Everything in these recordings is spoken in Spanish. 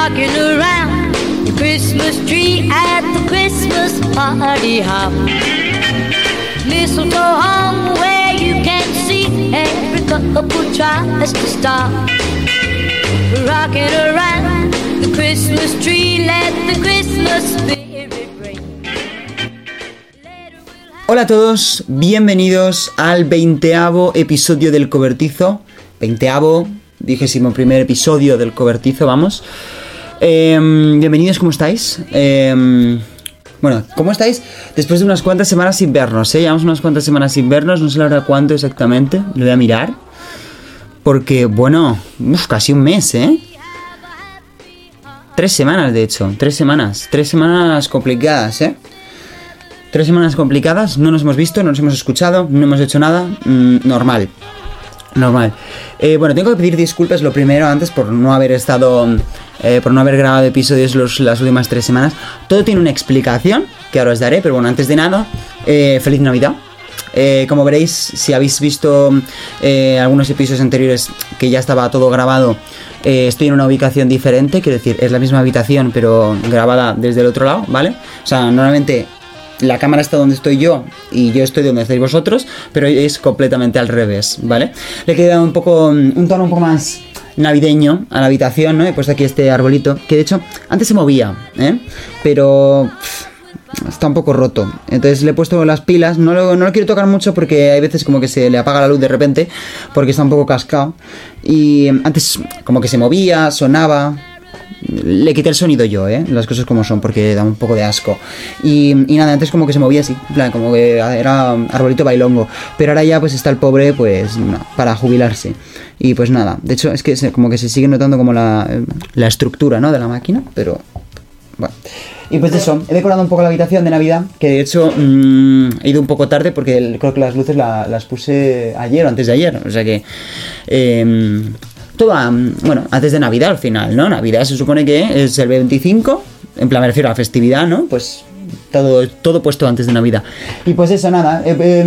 rocking around the Christmas tree at the Christmas party hop. Mistletoe hung where you can see every couple tries to stop. Rocking around the Christmas tree, let the Christmas spirit ring. Hola a todos, bienvenidos al 20º episodio del Cobertizo. 20º, 21º episodio del Cobertizo, vamos. Bienvenidos, ¿cómo estáis? Bueno, ¿cómo estáis? Después de unas cuantas semanas sin vernos, Llevamos unas cuantas semanas sin vernos, no sé la verdad cuánto exactamente, lo voy a mirar. Porque, bueno, casi un mes, 3 semanas, de hecho, 3 semanas. 3 semanas complicadas, 3 semanas complicadas, no nos hemos visto, no nos hemos escuchado, no hemos hecho nada, normal. Bueno, tengo que pedir disculpas lo primero antes por no haber estado, por no haber grabado episodios las últimas 3 semanas. Todo tiene una explicación que ahora os daré, pero bueno, antes de nada, feliz Navidad. Como veréis, si habéis visto algunos episodios anteriores que ya estaba todo grabado, estoy en una ubicación diferente, quiero decir, es la misma habitación pero grabada desde el otro lado, ¿vale? O sea, normalmente la cámara está donde estoy yo y yo estoy donde estáis vosotros, pero es completamente al revés, ¿vale? Le he quedado un tono un poco más navideño a la habitación, ¿no? He puesto aquí este arbolito, que de hecho antes se movía, pero está un poco roto. Entonces le he puesto las pilas, no lo quiero tocar mucho porque hay veces como que se le apaga la luz de repente, porque está un poco cascado. Y antes como que se movía, sonaba. Le quité el sonido yo, las cosas como son, porque da un poco de asco. Y nada, antes como que se movía así, en plan, como que era arbolito bailongo. Pero ahora ya pues está el pobre, pues no, para jubilarse. Y pues nada, de hecho es que como que se sigue notando como la estructura, ¿no? De la máquina, pero bueno. Y pues eso, he decorado un poco la habitación de Navidad, que de hecho he ido un poco tarde porque creo que las luces las puse ayer o antes de ayer. O sea que todo, bueno, antes de Navidad al final, ¿no? Navidad se supone que es el 25, en plan me refiero a la festividad, ¿no? Pues todo puesto antes de Navidad. Y pues eso, nada,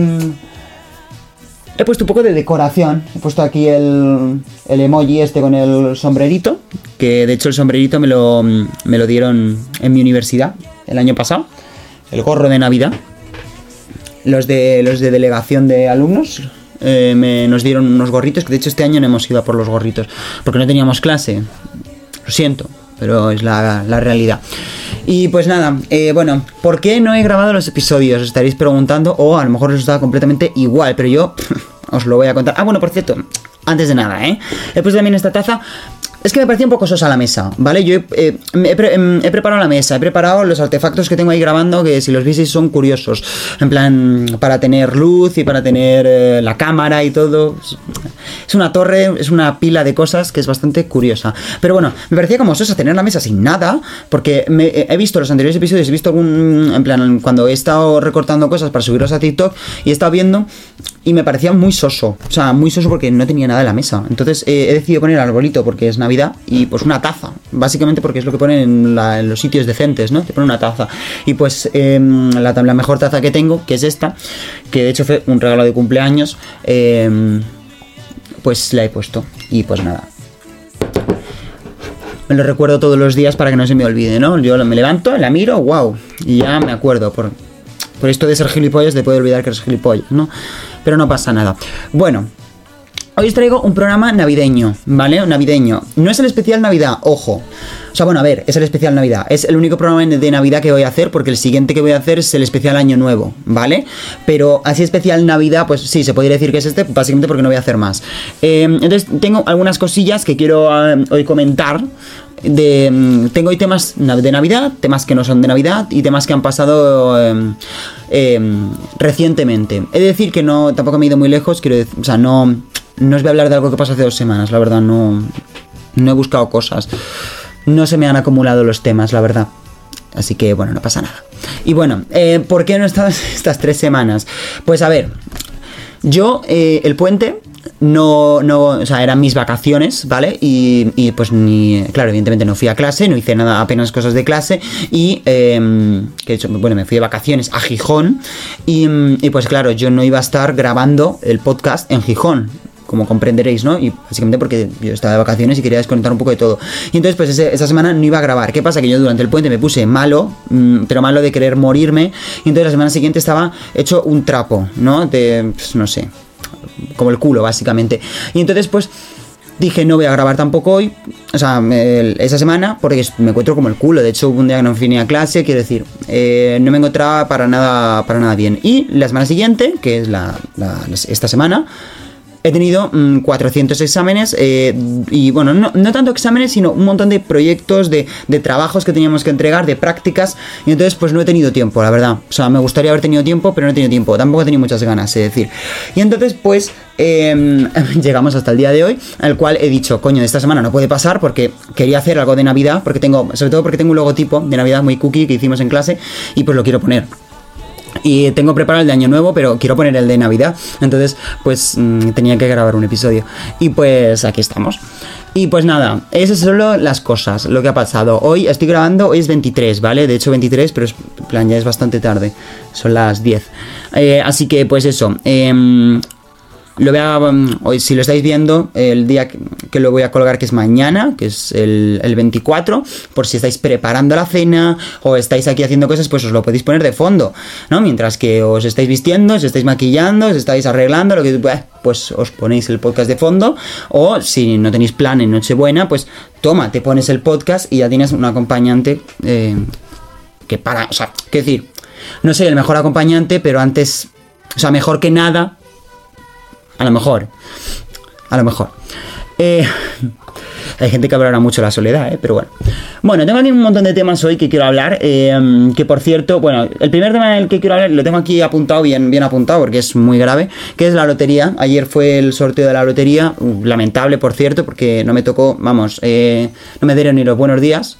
he puesto un poco de decoración. He puesto aquí el emoji este con el sombrerito, que de hecho el sombrerito me lo dieron en mi universidad el año pasado. El gorro de Navidad. Los de delegación de alumnos nos dieron unos gorritos, que de hecho este año no hemos ido a por los gorritos porque no teníamos clase. Lo siento, pero es la realidad. Y pues nada, bueno, ¿por qué no he grabado los episodios? Os estaréis preguntando, o a lo mejor os está completamente igual, pero yo os lo voy a contar. Ah, bueno, por cierto, antes de nada, he puesto también esta taza. Es que me parecía un poco sosa la mesa, ¿vale? Yo he preparado la mesa, he preparado los artefactos que tengo ahí grabando, que si los vieseis son curiosos. En plan, para tener luz y para tener la cámara y todo. Es una torre, es una pila de cosas que es bastante curiosa. Pero bueno, me parecía como sosa tener la mesa sin nada, porque he visto los anteriores episodios, he visto en plan, cuando he estado recortando cosas para subirlos a TikTok, y he estado viendo, y me parecía muy soso. O sea, muy soso porque no tenía nada en la mesa. Entonces he decidido poner arbolito porque es Navidad. Y pues una taza, básicamente porque es lo que ponen en los sitios decentes, ¿no? Te ponen una taza. Y pues la mejor taza que tengo, que es esta, que de hecho fue un regalo de cumpleaños, pues la he puesto. Y pues nada, me lo recuerdo todos los días para que no se me olvide, ¿no? Yo me levanto, la miro, wow, y ya me acuerdo. Por esto de ser gilipollas, de poder olvidar que eres gilipollas, ¿no? Pero no pasa nada. Bueno, hoy os traigo un programa navideño, ¿vale? Navideño. No es el especial Navidad, ojo. O sea, bueno, a ver, es el especial Navidad. Es el único programa de Navidad que voy a hacer, porque el siguiente que voy a hacer es el especial Año Nuevo, ¿vale? Pero así especial Navidad, pues sí, se podría decir que es este, básicamente porque no voy a hacer más. Entonces, tengo algunas cosillas que quiero hoy comentar. Tengo hoy temas de Navidad, temas que no son de Navidad y temas que han pasado recientemente. He de decir que tampoco me he ido muy lejos, quiero decir, o sea, no os voy a hablar de algo que pasó hace 2 semanas, la verdad, no he buscado cosas. No se me han acumulado los temas, la verdad. Así que, bueno, no pasa nada. Y bueno, ¿por qué no he estado estas 3 semanas? Pues a ver, yo, el puente, o sea, eran mis vacaciones, ¿vale? Y pues claro, evidentemente no fui a clase, no hice nada, apenas cosas de clase. Y, que de hecho, bueno, me fui de vacaciones a Gijón. Y pues claro, yo no iba a estar grabando el podcast en Gijón. como comprenderéis, ¿no? Y básicamente porque yo estaba de vacaciones y quería desconectar un poco de todo. Y entonces pues esa semana no iba a grabar. ¿Qué pasa? Que yo durante el puente me puse malo, pero malo de querer morirme, y entonces la semana siguiente estaba hecho un trapo, ¿no? Pues, no sé, como el culo básicamente. Y entonces pues dije, no voy a grabar tampoco hoy, o sea, esa semana, porque me encuentro como el culo. De hecho, hubo un día que no fui ni a clase, quiero decir, no me encontraba para nada bien. Y la semana siguiente, que es esta semana, he tenido 400 exámenes y bueno, no tanto exámenes, sino un montón de proyectos, de trabajos que teníamos que entregar, de prácticas, y entonces pues no he tenido tiempo, la verdad. O sea, me gustaría haber tenido tiempo, pero no he tenido tiempo, tampoco he tenido muchas ganas, es decir. Y entonces pues llegamos hasta el día de hoy, al cual he dicho, coño, esta semana no puede pasar porque quería hacer algo de Navidad, sobre todo porque tengo un logotipo de Navidad muy cookie que hicimos en clase y pues lo quiero poner. Y tengo preparado el de Año Nuevo, pero quiero poner el de Navidad. Entonces, pues tenía que grabar un episodio. Y pues aquí estamos. Y pues nada, esas son solo las cosas, lo que ha pasado. Hoy estoy grabando, hoy es 23, ¿vale? De hecho 23, pero en plan ya es bastante tarde. Son las 10. Así que pues eso. Hoy, si lo estáis viendo, el día que lo voy a colgar, que es mañana, que es el 24, por si estáis preparando la cena o estáis aquí haciendo cosas, pues os lo podéis poner de fondo, ¿no? Mientras que os estáis vistiendo, os estáis maquillando, os estáis arreglando, pues os ponéis el podcast de fondo. O si no tenéis plan en Nochebuena, pues toma, te pones el podcast y ya tienes un acompañante o sea, qué decir, no soy el mejor acompañante, pero antes, o sea, mejor que nada. A lo mejor. Hay gente que valora mucho la soledad, pero bueno. Bueno, tengo aquí un montón de temas hoy que quiero hablar. Que por cierto, bueno, el primer tema del que quiero hablar lo tengo aquí apuntado, bien apuntado, porque es muy grave, que es la lotería. Ayer fue el sorteo de la lotería. Lamentable, por cierto, porque no me tocó, vamos, no me dieron ni los buenos días.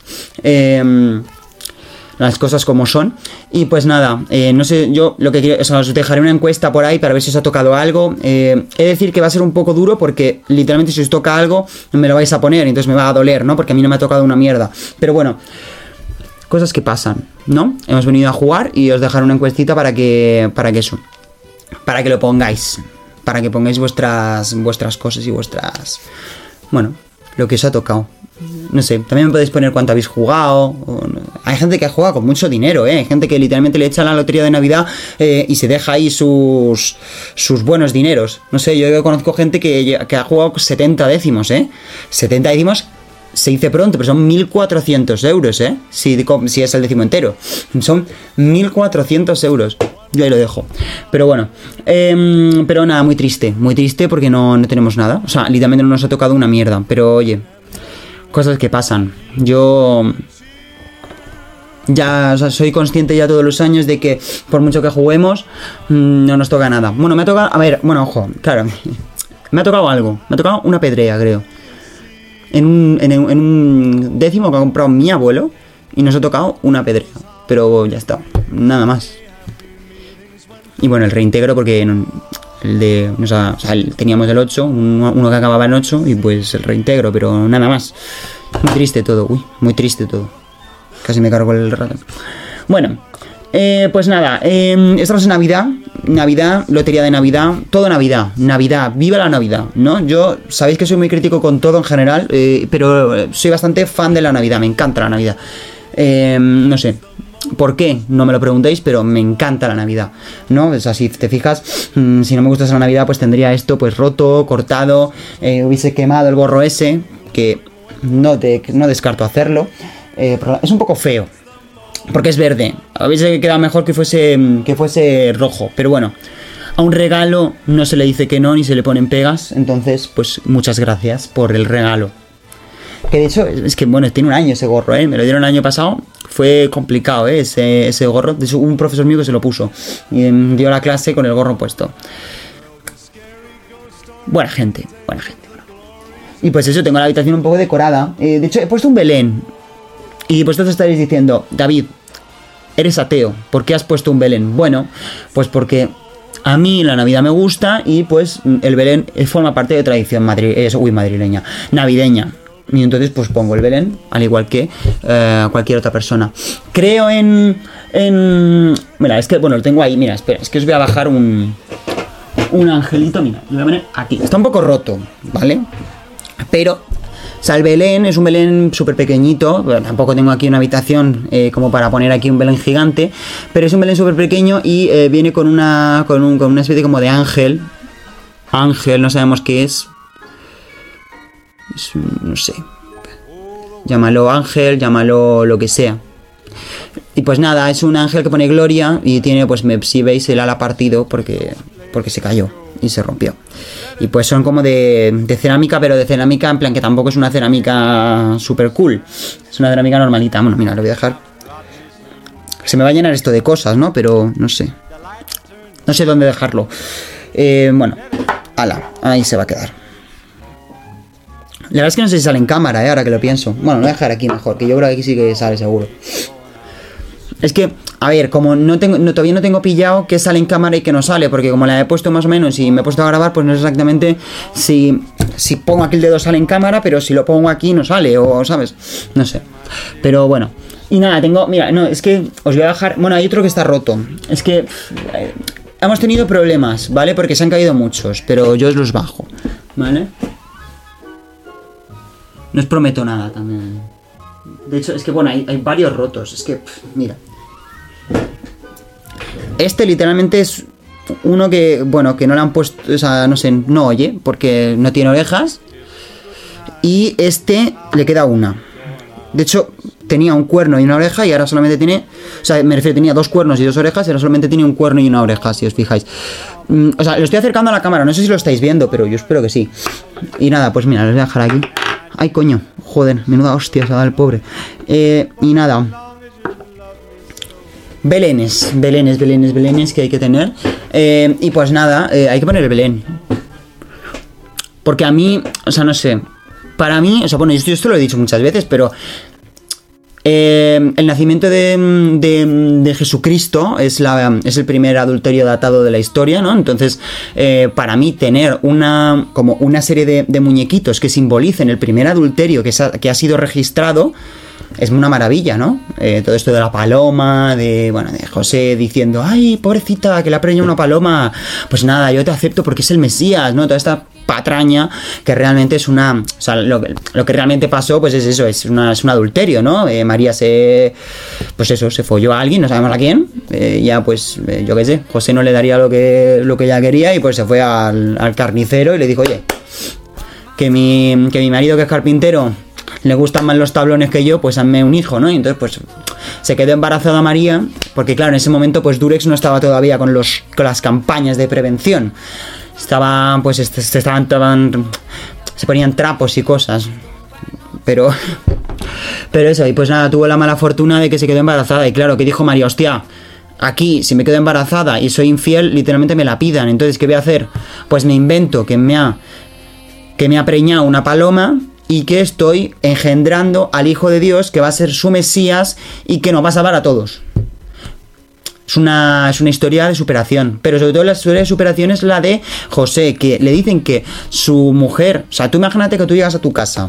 Las cosas como son. Y pues nada, no sé, yo lo que quiero, o sea, os dejaré una encuesta por ahí para ver si os ha tocado algo. He de decir que va a ser un poco duro porque literalmente si os toca algo me lo vais a poner y entonces me va a doler, ¿no? Porque a mí no me ha tocado una mierda. Pero bueno, cosas que pasan, ¿no? Hemos venido a jugar y os dejaré una encuestita para que lo pongáis. Para que pongáis vuestras cosas y vuestras... Bueno, lo que os ha tocado. No sé, también me podéis poner cuánto habéis jugado. Hay gente que juega con mucho dinero, hay gente que literalmente le echa la lotería de Navidad y se deja ahí sus buenos dineros. No sé, yo conozco gente que ha jugado 70 décimos, 70 décimos se dice pronto, pero son 1.400 euros, si es el décimo entero. Son 1.400 euros. Yo ahí lo dejo. Pero bueno, pero nada, muy triste porque no tenemos nada. O sea, literalmente no nos ha tocado una mierda. Pero oye, cosas que pasan. Yo ya, o sea, soy consciente ya todos los años de que por mucho que juguemos, no nos toca nada. Bueno, me ha tocado, a ver, bueno, ojo, claro, me ha tocado algo. Me ha tocado una pedrea, creo. En un décimo que ha comprado mi abuelo y nos ha tocado una pedrea. Pero ya está, nada más. Y bueno, el reintegro porque teníamos el 8, uno que acababa en 8 y pues el reintegro, pero nada más. Muy triste todo, muy triste todo. Casi me cargo el rato. Bueno, pues nada, estamos en Navidad, lotería de Navidad, todo Navidad, viva la Navidad, ¿no? Yo sabéis que soy muy crítico con todo en general, pero soy bastante fan de la Navidad, me encanta la Navidad. No sé ¿por qué? No me lo preguntéis, pero me encanta la Navidad, ¿no? O sea, si te fijas, si no me gusta esa Navidad, pues tendría esto pues roto, cortado, hubiese quemado el gorro ese, que no descarto hacerlo. Pero es un poco feo, porque es verde. Hubiese quedado mejor que fuese rojo, pero bueno. A un regalo no se le dice que no, ni se le ponen pegas, entonces, pues muchas gracias por el regalo. Que de hecho, es que bueno, tiene un año ese gorro, me lo dieron el año pasado. Fue complicado, ese gorro. De hecho, un profesor mío que se lo puso y dio la clase con el gorro puesto. Buena gente. Y pues eso, tengo la habitación un poco decorada. De hecho, he puesto un Belén. Y vosotros estaréis diciendo, David, eres ateo, ¿por qué has puesto un Belén? Bueno, pues porque a mí la Navidad me gusta y pues el Belén forma parte de tradición madrileña, navideña. Y entonces pues pongo el Belén, al igual que cualquier otra persona. Creo en... Mira, es que, bueno, lo tengo ahí, mira, espera, es que os voy a bajar un un angelito, mira, lo voy a poner aquí. Está un poco roto, ¿vale? Pero, o sea, el Belén es un Belén súper pequeñito. Bueno, tampoco tengo aquí una habitación como para poner aquí un Belén gigante. Pero es un Belén súper pequeño y viene con una especie como de ángel. Ángel, no sabemos qué es. No sé. Llámalo ángel, llámalo lo que sea. Y pues nada, es un ángel que pone gloria y tiene, pues si veis, el ala partido porque se cayó y se rompió. Y pues son como de cerámica, pero de cerámica en plan que tampoco es una cerámica super cool. Es una cerámica normalita. Bueno, mira, lo voy a dejar. Se me va a llenar esto de cosas, ¿no? Pero no sé. No sé dónde dejarlo. Bueno, ala, ahí se va a quedar. La verdad es que no sé si sale en cámara, ahora que lo pienso. Bueno, lo voy a dejar aquí mejor, que yo creo que aquí sí que sale seguro. Es que, a ver, como todavía no tengo pillado qué sale en cámara y qué no sale, porque como la he puesto más o menos y me he puesto a grabar, pues no sé exactamente si pongo aquí el dedo sale en cámara, pero si lo pongo aquí no sale, o ¿sabes? No sé. Pero bueno. Y nada, mira, no, es que os voy a dejar... Bueno, hay otro que está roto. Es que hemos tenido problemas, ¿vale? Porque se han caído muchos, pero yo os los bajo, ¿vale? No os prometo nada también. De hecho, es que bueno, hay varios rotos. Es que, mira. Este literalmente es uno que, bueno, que no le han puesto, o sea, no sé, no oye, porque no tiene orejas. Y este le queda una. De hecho, tenía un cuerno y una oreja y ahora solamente tiene... O sea, me refiero, tenía 2 cuernos y 2 orejas y ahora solamente tiene un cuerno y una oreja, si os fijáis. O sea, lo estoy acercando a la cámara, no sé si lo estáis viendo, pero yo espero que sí. Y nada, pues mira, lo voy a dejar aquí. Ay, coño, joder, menuda hostia se da el pobre. Y nada. Belenes que hay que tener. Y pues nada, hay que poner el Belén. Porque a mí, o sea, no sé. Para mí, o sea, bueno, yo esto lo he dicho muchas veces, pero... el nacimiento de Jesucristo es el primer adulterio datado de la historia, ¿no? Entonces, para mí, tener una serie de muñequitos que simbolicen el primer adulterio que ha sido registrado es una maravilla, ¿no? Todo esto de la paloma, de José diciendo, ay, pobrecita, que le ha preñado una paloma. Pues nada, yo te acepto porque es el Mesías, ¿no? Toda esta patraña que realmente es una... O sea, lo que realmente pasó, pues es eso, es un adulterio, ¿no? María se folló a alguien, no sabemos a quién. Ya, pues, yo qué sé, José no le daría lo que ella quería y pues se fue al carnicero y le dijo, oye, que mi marido, que es carpintero, le gustan más los tablones que yo, pues hazme un hijo, ¿no? Y entonces, pues, se quedó embarazada María, porque claro, en ese momento, pues, Durex no estaba todavía con las campañas de prevención. Estaban, pues, se ponían trapos y cosas. Pero eso, y pues nada, tuvo la mala fortuna de que se quedó embarazada. Y claro, que dijo María, hostia, aquí, si me quedo embarazada y soy infiel, literalmente me la pidan. Entonces, ¿qué voy a hacer? Pues me invento que me ha preñado una paloma y que estoy engendrando al Hijo de Dios, que va a ser su Mesías y que nos va a salvar a todos. Es una historia de superación, pero sobre todo la historia de superación es la de José, que le dicen que su mujer... O sea, tú imagínate que tú llegas a tu casa.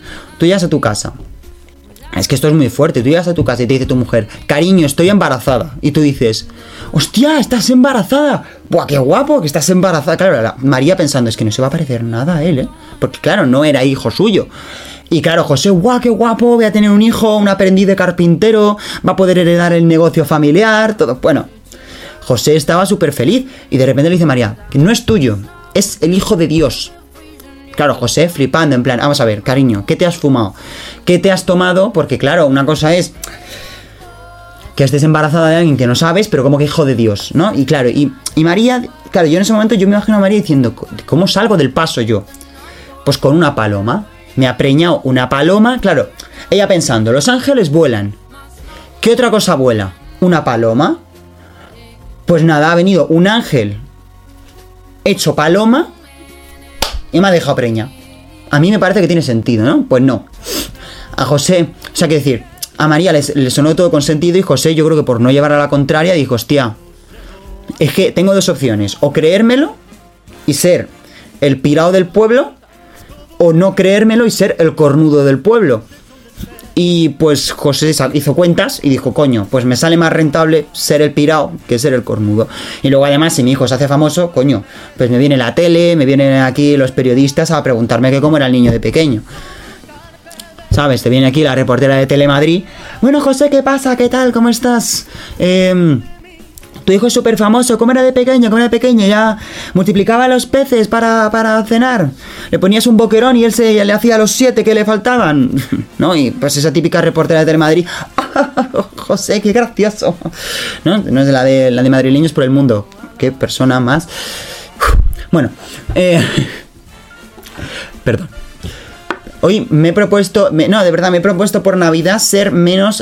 Es que esto es muy fuerte. Tú llegas a tu casa y te dice tu mujer, cariño, estoy embarazada. Y tú dices, hostia, ¿estás embarazada? Buah, qué guapo que estás embarazada. Claro, María pensando, es que no se va a parecer nada a él, ¿eh? Porque claro, no era hijo suyo. Y claro, José, guau, qué guapo, voy a tener un hijo, un aprendiz de carpintero, va a poder heredar el negocio familiar, todo. Bueno, José estaba súper feliz y de repente le dice María, que no es tuyo, es el Hijo de Dios. Claro, José flipando, en plan, vamos a ver, cariño, ¿qué te has fumado? ¿Qué te has tomado? Porque claro, una cosa es que estés embarazada de alguien que no sabes, pero como que Hijo de Dios, ¿no? Y claro, y María, claro, yo en ese momento yo me imagino a María diciendo, ¿cómo salgo del paso yo? Pues con una paloma. Me ha preñado una paloma, claro, ella pensando, los ángeles vuelan. ¿Qué otra cosa vuela? ¿Una paloma? Pues nada, ha venido un ángel hecho paloma y me ha dejado preña. A mí me parece que tiene sentido, ¿no? Pues no. A José, o sea, que decir, a María le sonó todo con sentido y José, yo creo que por no llevar a la contraria, dijo, hostia, es que tengo 2 opciones, o creérmelo y ser el pirao del pueblo, o no creérmelo y ser el cornudo del pueblo. Y pues José hizo cuentas y dijo, coño, pues me sale más rentable ser el pirao que ser el cornudo. Y luego además, si mi hijo se hace famoso, coño, pues me viene la tele, me vienen aquí los periodistas a preguntarme que cómo era el niño de pequeño. ¿Sabes? Te viene aquí la reportera de Telemadrid. Bueno, José, ¿qué pasa? ¿Qué tal? ¿Cómo estás? Tu hijo es súper famoso. ¿Cómo era de pequeño? ¿Cómo era de pequeño? Ya multiplicaba los peces para cenar. Le ponías un boquerón y él le hacía los 7 que le faltaban. ¿No? Y pues esa típica reportera de Telemadrid. José, qué gracioso. ¿No? No es la de Madrileños por el Mundo. Qué persona más. Bueno. Perdón. Hoy me he propuesto... No, de verdad, me he propuesto por Navidad ser menos...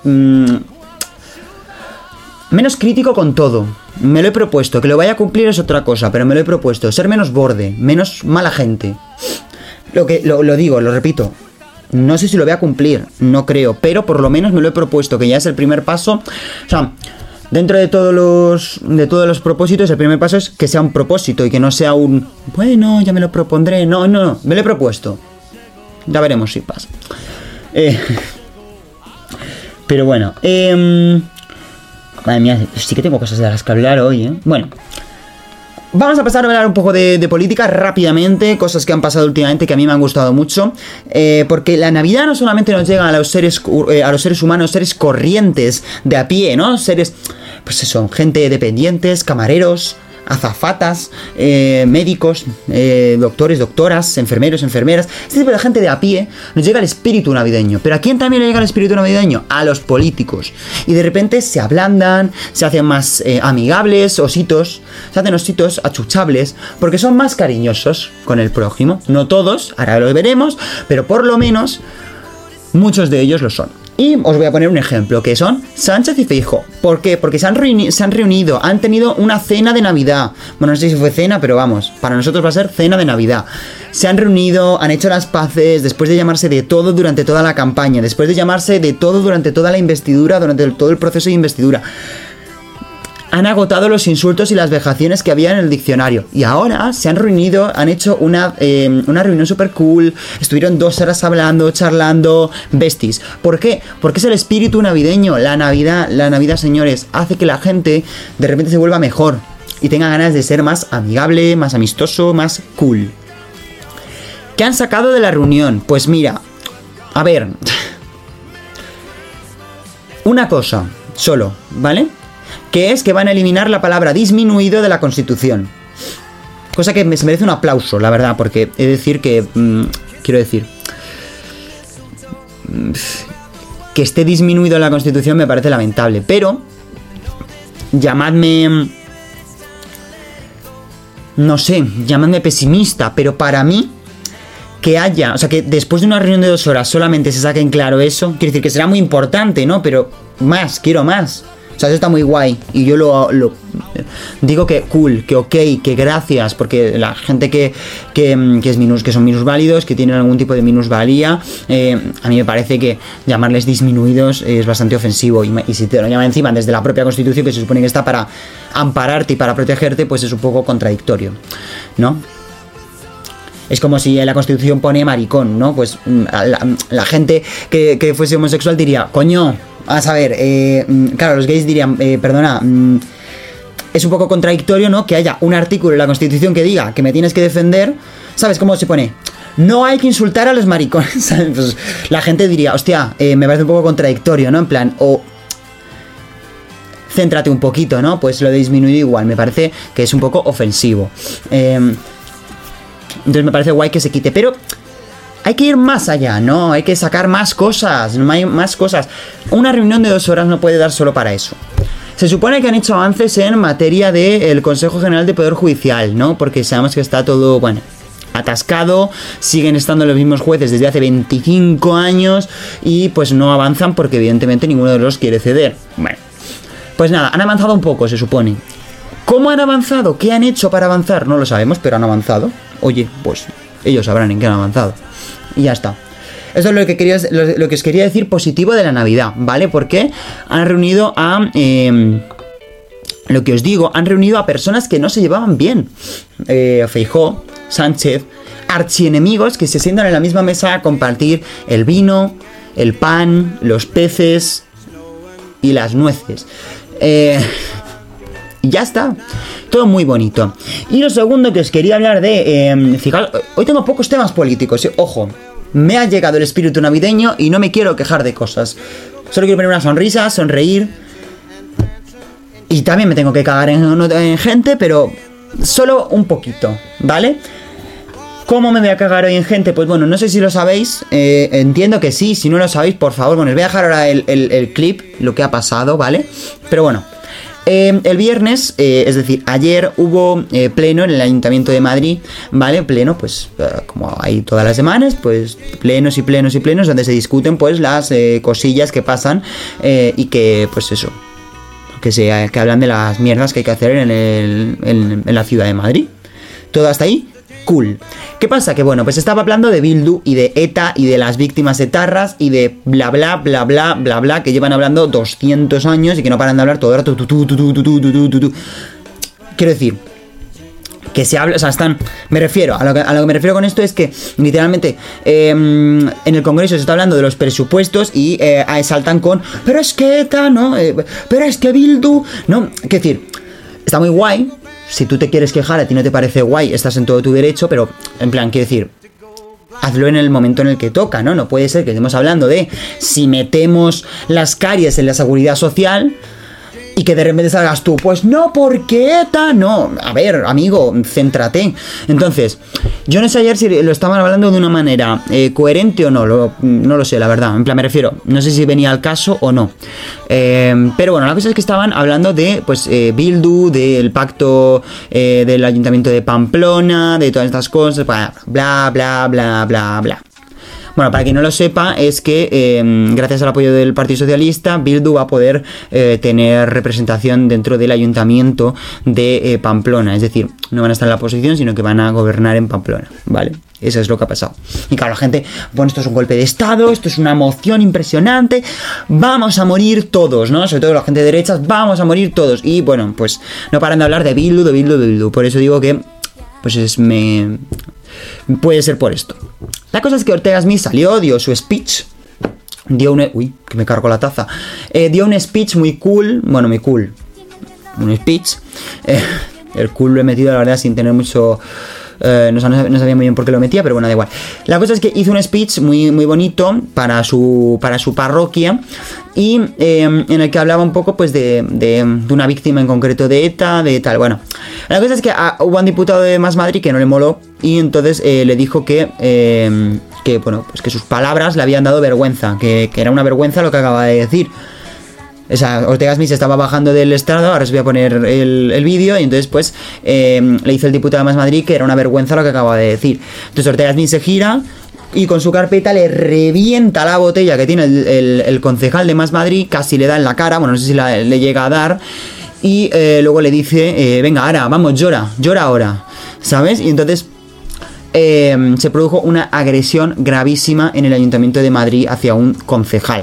menos crítico con todo. Me lo he propuesto. Que lo vaya a cumplir es otra cosa, pero me lo he propuesto. Ser menos borde, menos mala gente. Lo digo, lo repito. No sé si lo voy a cumplir, no creo. Pero por lo menos me lo he propuesto, que ya es el primer paso. O sea, dentro de todos los propósitos, el primer paso es que sea un propósito y que no sea un... Bueno, ya me lo propondré. No, me lo he propuesto. Ya veremos si pasa. Pero bueno, madre mía, sí que tengo cosas de las que hablar hoy, ¿eh? Bueno, vamos a pasar a hablar un poco de política rápidamente, cosas que han pasado últimamente que a mí me han gustado mucho, porque la Navidad no solamente nos llega a los seres humanos, seres corrientes de a pie, ¿no? Seres, pues eso, gente dependientes, camareros, azafatas, médicos, doctores, doctoras, enfermeros, enfermeras. Este tipo de gente de a pie nos llega el espíritu navideño. ¿Pero a quién también le llega el espíritu navideño? A los políticos. Y de repente se ablandan, se hacen más amigables, se hacen ositos achuchables, porque son más cariñosos con el prójimo. No todos, ahora lo veremos, pero por lo menos muchos de ellos lo son. Y os voy a poner un ejemplo, que son Sánchez y Feijóo. ¿Por qué? Porque se han reunido, han tenido una cena de Navidad. Bueno, no sé si fue cena, pero vamos, para nosotros va a ser cena de Navidad. Se han reunido, han hecho las paces, después de llamarse de todo durante toda la campaña, después de llamarse de todo durante toda la investidura, durante todo el proceso de investidura. Han agotado los insultos y las vejaciones que había en el diccionario. Y ahora se han reunido, han hecho una reunión súper cool. Estuvieron 2 horas hablando, charlando, besties. ¿Por qué? Porque es el espíritu navideño. La Navidad, señores, hace que la gente de repente se vuelva mejor y tenga ganas de ser más amigable, más amistoso, más cool. ¿Qué han sacado de la reunión? Pues mira, a ver, una cosa solo, ¿vale? Que es que van a eliminar la palabra disminuido de la Constitución. Cosa que se merece un aplauso, la verdad, porque he de decir que... quiero decir... que esté disminuido en la Constitución me parece lamentable, pero... llamadme... no sé, llamadme pesimista, pero para mí... que haya... o sea, que después de una reunión de 2 horas solamente se saque en claro eso... quiero decir que será muy importante, ¿no? Pero más, quiero más... o sea, eso está muy guay. Y yo lo digo que cool, que ok, que gracias. Porque la gente que son minusválidos, que tienen algún tipo de minusvalía, a mí me parece que llamarles disminuidos es bastante ofensivo. Y si te lo llaman encima desde la propia Constitución, que se supone que está para ampararte y para protegerte, pues es un poco contradictorio, ¿no? Es como si en la Constitución pone maricón, ¿no? Pues la gente que fuese homosexual diría, coño, a saber, claro, los gays dirían, perdona, es un poco contradictorio, ¿no? Que haya un artículo en la Constitución que diga que me tienes que defender, ¿sabes cómo se pone? No hay que insultar a los maricones, ¿sabes? Pues la gente diría, hostia, me parece un poco contradictorio, ¿no? En plan, o... céntrate un poquito, ¿no? Pues lo de disminuir igual, me parece que es un poco ofensivo. Entonces me parece guay que se quite, pero hay que ir más allá, ¿no? Hay que sacar más cosas, no hay más cosas. Una reunión de 2 horas no puede dar solo para eso. Se supone que han hecho avances en materia del Consejo General de Poder Judicial, ¿no? Porque sabemos que está todo, bueno, atascado, siguen estando los mismos jueces desde hace 25 años y pues no avanzan porque evidentemente ninguno de los quiere ceder. Bueno, pues nada, han avanzado un poco, se supone. ¿Cómo han avanzado? ¿Qué han hecho para avanzar? No lo sabemos, pero han avanzado. Oye, pues ellos sabrán en qué han avanzado. Y ya está. Eso es lo que os quería decir positivo de la Navidad, ¿vale? Porque han reunido a... lo que os digo, han reunido a personas que no se llevaban bien. Feijóo, Sánchez, archienemigos que se sientan en la misma mesa a compartir el vino, el pan, los peces y las nueces. Y ya está. Todo muy bonito. Y lo segundo que os quería hablar de... fijaos, hoy tengo pocos temas políticos. Ojo, me ha llegado el espíritu navideño y no me quiero quejar de cosas. Solo quiero poner una sonrisa, sonreír. Y también me tengo que cagar en gente, pero solo un poquito, ¿vale? ¿Cómo me voy a cagar hoy en gente? Pues bueno, no sé si lo sabéis, entiendo que sí, si no lo sabéis, por favor, bueno, os voy a dejar ahora el clip, lo que ha pasado, ¿vale? Pero bueno, el viernes, es decir, ayer hubo pleno en el Ayuntamiento de Madrid, ¿vale? Pleno, pues, como hay todas las semanas, pues, plenos y plenos y plenos, donde se discuten, pues, las cosillas que pasan y que, pues eso, que hablan de las mierdas que hay que hacer en la ciudad de Madrid. Todo hasta ahí, cool. ¿Qué pasa? Que bueno, pues estaba hablando de Bildu y de ETA y de las víctimas etarras y de bla bla bla bla bla bla que llevan hablando 200 años y que no paran de hablar todo el rato. Quiero decir que se habla, o sea, me refiero a lo que me refiero con esto es que literalmente en el Congreso se está hablando de los presupuestos y saltan con pero es que ETA, ¿no? Pero es que Bildu, ¿no? Quiero decir, está muy guay. Si tú te quieres quejar, a ti no te parece guay, estás en todo tu derecho, pero en plan, quiero decir, hazlo en el momento en el que toca, ¿no? No puede ser que estemos hablando de si metemos las caries en la seguridad social y que de repente salgas tú, pues no, porque ETA, no. A ver, amigo, céntrate. Entonces, yo no sé ayer si lo estaban hablando de una manera coherente o no, no lo sé, la verdad. En plan, me refiero, no sé si venía al caso o no. Pero bueno, la cosa es que estaban hablando de, pues, Bildu, del pacto del Ayuntamiento de Pamplona, de todas estas cosas, bla, bla, bla, bla, bla, bla. Bueno, para quien no lo sepa, es que gracias al apoyo del Partido Socialista, Bildu va a poder tener representación dentro del Ayuntamiento de Pamplona. Es decir, no van a estar en la oposición, sino que van a gobernar en Pamplona, ¿vale? Eso es lo que ha pasado. Y claro, la gente, bueno, esto es un golpe de Estado, esto es una moción impresionante, vamos a morir todos, ¿no? Sobre todo la gente de derechas, vamos a morir todos. Y bueno, pues no paran de hablar de Bildu, de Bildu, de Bildu. Por eso digo que, pues puede ser por esto. La cosa es que Ortega Smith salió, dio su speech, uy, que me cargo la taza, dio un speech muy cool, bueno, muy cool, un speech, el cool lo he metido la verdad sin tener mucho, no sabía muy bien por qué lo metía, pero bueno, da igual. La cosa es que hizo un speech muy, muy bonito para su parroquia y en el que hablaba un poco pues de una víctima en concreto de ETA, de tal, bueno. La cosa es que hubo un diputado de Más Madrid que no le moló y entonces le dijo que bueno, pues que sus palabras le habían dado vergüenza, que era una vergüenza lo que acaba de decir. O sea, Ortega Smith estaba bajando del estrado, ahora os voy a poner el vídeo, y entonces pues le hizo el diputado de Más Madrid que era una vergüenza lo que acaba de decir. Entonces Ortega Smith se gira y con su carpeta le revienta la botella que tiene el concejal de Más Madrid, casi le da en la cara, bueno, no sé si le llega a dar, y luego le dice, venga, ahora, vamos, llora ahora, ¿sabes? Y entonces se produjo una agresión gravísima en el Ayuntamiento de Madrid hacia un concejal.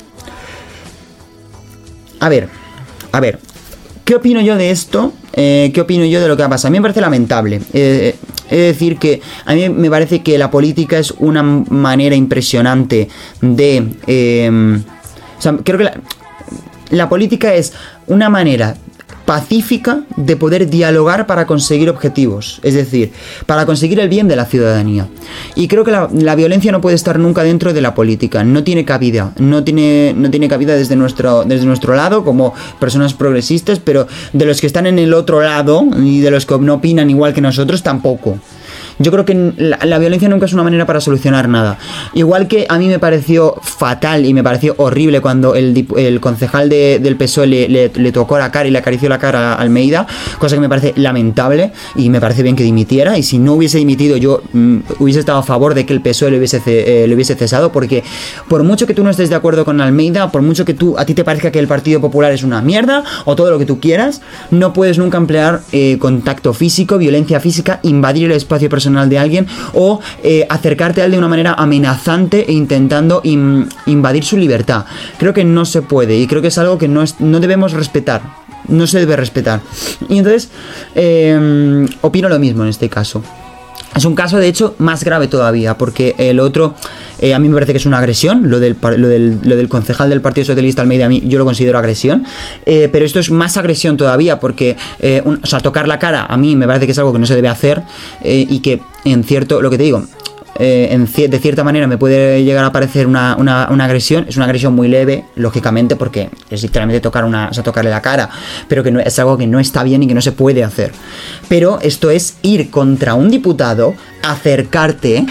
A ver, ¿qué opino yo de esto? ¿Qué opino yo de lo que ha pasado? A mí me parece lamentable. Es decir, que a mí me parece que la política es una manera impresionante de... o sea, creo que la política es una manera pacífica de poder dialogar para conseguir objetivos, es decir, para conseguir el bien de la ciudadanía. Y creo que la violencia no puede estar nunca dentro de la política, no tiene cabida, no tiene cabida desde nuestro lado como personas progresistas, pero de los que están en el otro lado y de los que no opinan igual que nosotros tampoco. Yo creo que la violencia nunca es una manera para solucionar nada. Igual que a mí me pareció fatal y me pareció horrible cuando el concejal del PSOE le tocó la cara y le acarició la cara a Almeida, cosa que me parece lamentable y me parece bien que dimitiera. Y si no hubiese dimitido, yo hubiese estado a favor de que el PSOE le hubiese cesado, porque por mucho que tú no estés de acuerdo con Almeida, por mucho que a ti te parezca que el Partido Popular es una mierda o todo lo que tú quieras, no puedes nunca emplear contacto físico, violencia física, invadir el espacio personal de alguien o acercarte a él de una manera amenazante e intentando invadir su libertad. Creo que no se puede y creo que es algo que no debemos respetar, no se debe respetar. Y entonces opino lo mismo en este caso. Es un caso, de hecho, más grave todavía, porque el otro, a mí me parece que es una agresión, lo del concejal del Partido Socialista Almeida, a mí yo lo considero agresión, pero esto es más agresión todavía, porque, o sea, tocar la cara a mí me parece que es algo que no se debe hacer, y que en cierto, lo que te digo, de cierta manera me puede llegar a parecer una agresión. Es una agresión muy leve, lógicamente, porque es literalmente tocarle la cara, pero que no, es algo que no está bien y que no se puede hacer. Pero esto es ir contra un diputado, acercarte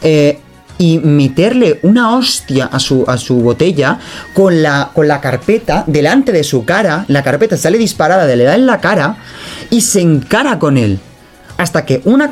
y meterle una hostia a su botella con la carpeta delante de su cara. La carpeta sale disparada, le da en la cara y se encara con él. Hasta que otra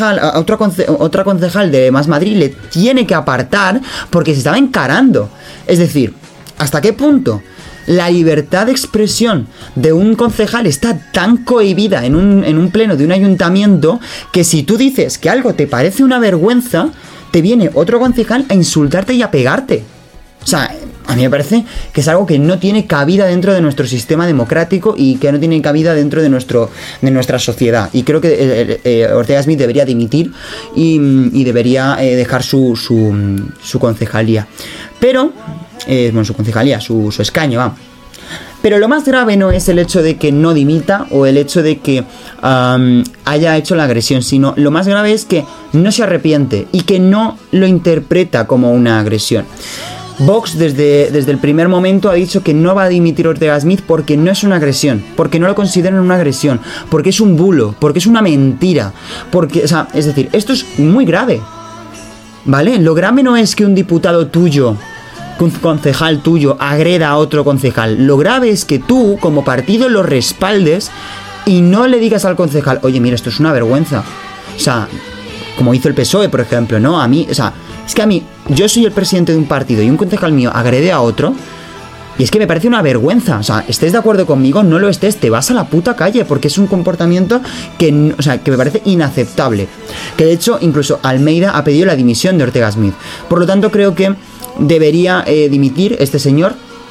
concejal de Más Madrid le tiene que apartar porque se estaba encarando. Es decir, ¿hasta qué punto la libertad de expresión de un concejal está tan cohibida en un pleno de un ayuntamiento que si tú dices que algo te parece una vergüenza, te viene otro concejal a insultarte y a pegarte? O sea, a mí me parece que es algo que no tiene cabida dentro de nuestro sistema democrático y que no tiene cabida dentro de nuestra sociedad. Y creo que Ortega Smith debería dimitir y debería dejar su concejalía. Pero, su concejalía, su escaño, vamos. Pero lo más grave no es el hecho de que no dimita o el hecho de que haya hecho la agresión, sino lo más grave es que no se arrepiente y que no lo interpreta como una agresión. Vox desde el primer momento ha dicho que no va a dimitir Ortega Smith porque no es una agresión, porque no lo consideran una agresión, porque es un bulo, porque es una mentira, porque, o sea, es decir, esto es muy grave, ¿vale? Lo grave no es que un diputado tuyo, que un concejal tuyo agreda a otro concejal, lo grave es que tú, como partido, lo respaldes y no le digas al concejal, oye, mira, esto es una vergüenza, o sea, como hizo el PSOE, por ejemplo, ¿no? A mí, o sea, es que a mí, yo soy el presidente de un partido y un concejal mío agrede a otro y es que me parece una vergüenza. O sea, estés de acuerdo conmigo, no lo estés, te vas a la puta calle porque es un comportamiento que, o sea, que me parece inaceptable. Que de hecho, incluso Almeida ha pedido la dimisión de Ortega Smith. Por lo tanto, creo que debería dimitir este señor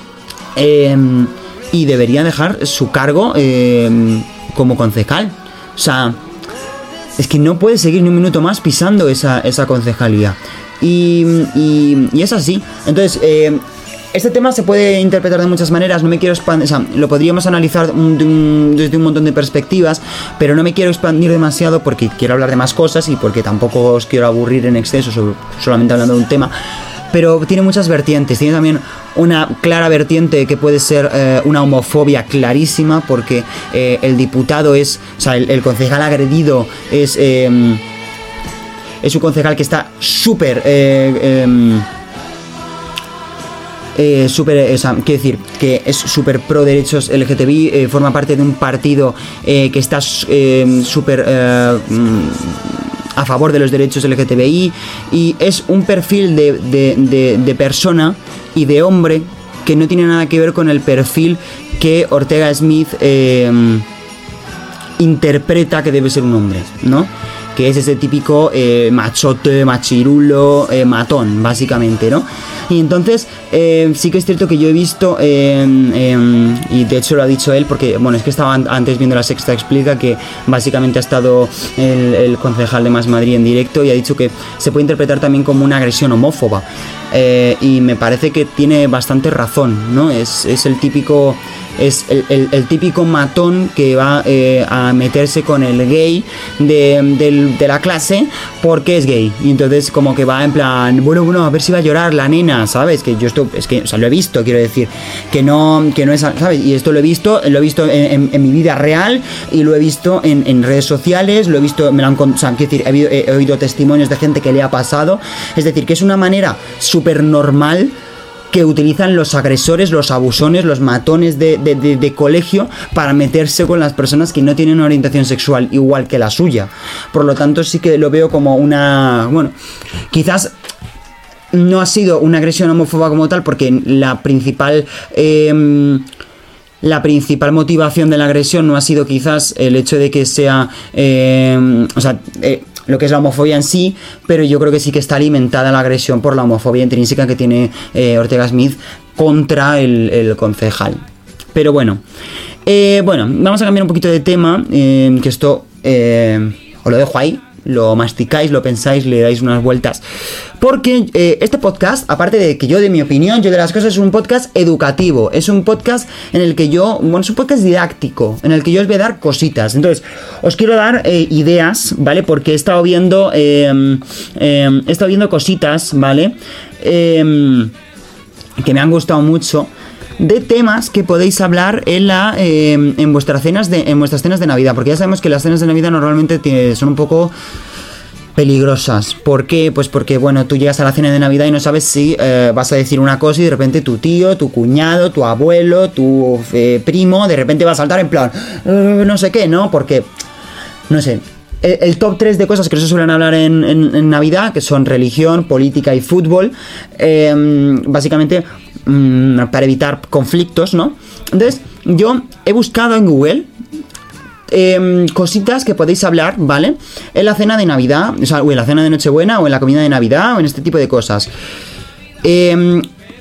y debería dejar su cargo como concejal. O sea, es que no puede seguir ni un minuto más pisando esa concejalía. Y es así. Entonces, este tema se puede interpretar de muchas maneras. No me quiero expandir, o sea, lo podríamos analizar desde un montón de perspectivas, pero no me quiero expandir demasiado porque quiero hablar de más cosas y porque tampoco os quiero aburrir en exceso solamente hablando de un tema. Pero tiene muchas vertientes. Tiene también una clara vertiente que puede ser una homofobia clarísima, porque el diputado o sea, el concejal agredido es un concejal que está súper... o sea, quiero decir que es súper pro derechos LGTBI, forma parte de un partido que está súper a favor de los derechos LGTBI y es un perfil de persona y de hombre que no tiene nada que ver con el perfil que Ortega Smith interpreta que debe ser un hombre, ¿no? Que es ese típico machote, machirulo, matón, básicamente, ¿no? Y entonces, sí que es cierto que yo he visto, y de hecho lo ha dicho él, porque, bueno, es que estaba antes viendo La Sexta Explica, que básicamente ha estado el concejal de Más Madrid en directo y ha dicho que se puede interpretar también como una agresión homófoba. Y me parece que tiene bastante razón, ¿no? Es el típico... Es el típico matón que va a meterse con el gay de la clase porque es gay. Y entonces como que va en plan, bueno, a ver si va a llorar la nena, ¿sabes? Que yo esto, es que, o sea, lo he visto, quiero decir, que no es, ¿sabes? Y esto lo he visto en mi vida real y lo he visto en redes sociales, lo he visto, me lo han, o sea, quiero decir, he oído testimonios de gente que le ha pasado. Es decir, que es una manera súper normal que utilizan los agresores, los abusones, los matones de colegio para meterse con las personas que no tienen una orientación sexual igual que la suya. Por lo tanto, sí que lo veo como una... Bueno, quizás no ha sido una agresión homófoba como tal, porque la principal motivación de la agresión no ha sido quizás el hecho de que sea... lo que es la homofobia en sí, pero yo creo que sí que está alimentada la agresión por la homofobia intrínseca que tiene Ortega Smith contra el concejal. Pero bueno, vamos a cambiar un poquito de tema, que esto os lo dejo ahí, lo masticáis, lo pensáis, le dais unas vueltas. Porque este podcast, aparte de que yo de mi opinión, yo de las cosas, es un podcast educativo. Es un podcast en el que yo... Bueno, es un podcast didáctico, en el que yo os voy a dar cositas. Entonces, os quiero dar ideas, ¿vale? Porque he estado viendo cositas, ¿vale? Que me han gustado mucho, de temas que podéis hablar en vuestras cenas de Navidad, porque ya sabemos que las cenas de Navidad normalmente son un poco peligrosas. ¿Por qué? Pues porque, bueno, tú llegas a la cena de Navidad y no sabes si vas a decir una cosa y de repente tu tío, tu cuñado, tu abuelo, tu primo, de repente va a saltar en plan no sé qué, ¿no? Porque, no sé, el top 3 de cosas que no se suelen hablar en Navidad, que son religión, política y fútbol, básicamente para evitar conflictos, ¿no? Entonces, yo he buscado en Google cositas que podéis hablar, ¿vale? En la cena de Navidad, o sea, o en la cena de Nochebuena, o en la comida de Navidad, o en este tipo de cosas. Me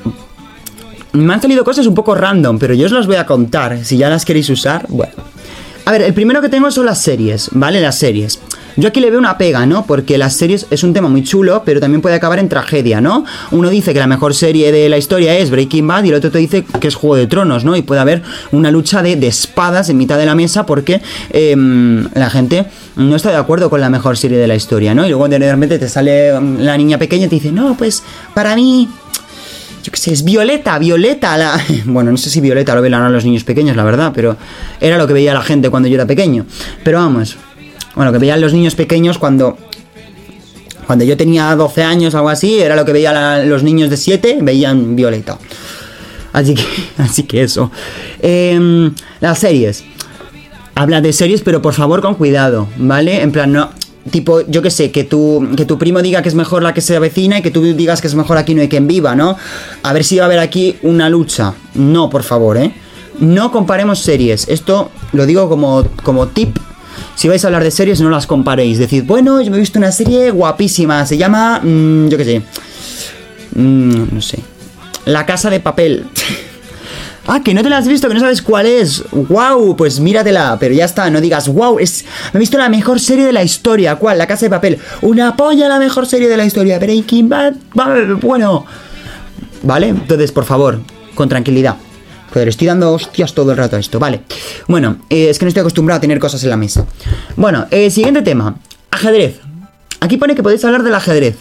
han salido cosas un poco random, pero yo os las voy a contar, si ya las queréis usar, bueno. A ver, el primero que tengo son las series, ¿vale? Las series. Yo aquí le veo una pega, ¿no? Porque las series es un tema muy chulo, pero también puede acabar en tragedia, ¿no? Uno dice que la mejor serie de la historia es Breaking Bad y el otro te dice que es Juego de Tronos, ¿no? Y puede haber una lucha de espadas en mitad de la mesa porque la gente no está de acuerdo con la mejor serie de la historia, ¿no? Y luego de repente te sale la niña pequeña y te dice, no, pues para mí... Yo qué sé, es Violeta la... Bueno, no sé si Violeta lo ven a los niños pequeños, la verdad, pero era lo que veía la gente cuando yo era pequeño. Pero vamos, bueno, que veían los niños pequeños cuando yo tenía 12 años o algo así, era lo que veían los niños de 7, veían Violeta. Así que eso. Las series. Habla de series, pero por favor con cuidado, ¿vale? En plan, no... Tipo, yo qué sé, que tu primo diga que es mejor la que se avecina y que tú digas que es mejor Aquí no hay quien viva, ¿no? A ver si va a haber aquí una lucha. No, por favor, ¿eh? No comparemos series. Esto lo digo como tip. Si vais a hablar de series, no las comparéis. Decid, bueno, yo me he visto una serie guapísima. Se llama, yo qué sé. No sé. La Casa de Papel. Ah, que no te la has visto, que no sabes cuál es. ¡Wow! Pues míratela, pero ya está, no digas ¡wow! Me he visto la mejor serie de la historia. ¿Cuál? La Casa de Papel. Una polla la mejor serie de la historia. Breaking Bad. Bueno. ¿Vale? Entonces, por favor, con tranquilidad. Joder, estoy dando hostias todo el rato a esto, vale. Bueno, es que no estoy acostumbrado a tener cosas en la mesa. Bueno, siguiente tema. Ajedrez. Aquí pone que podéis hablar del ajedrez.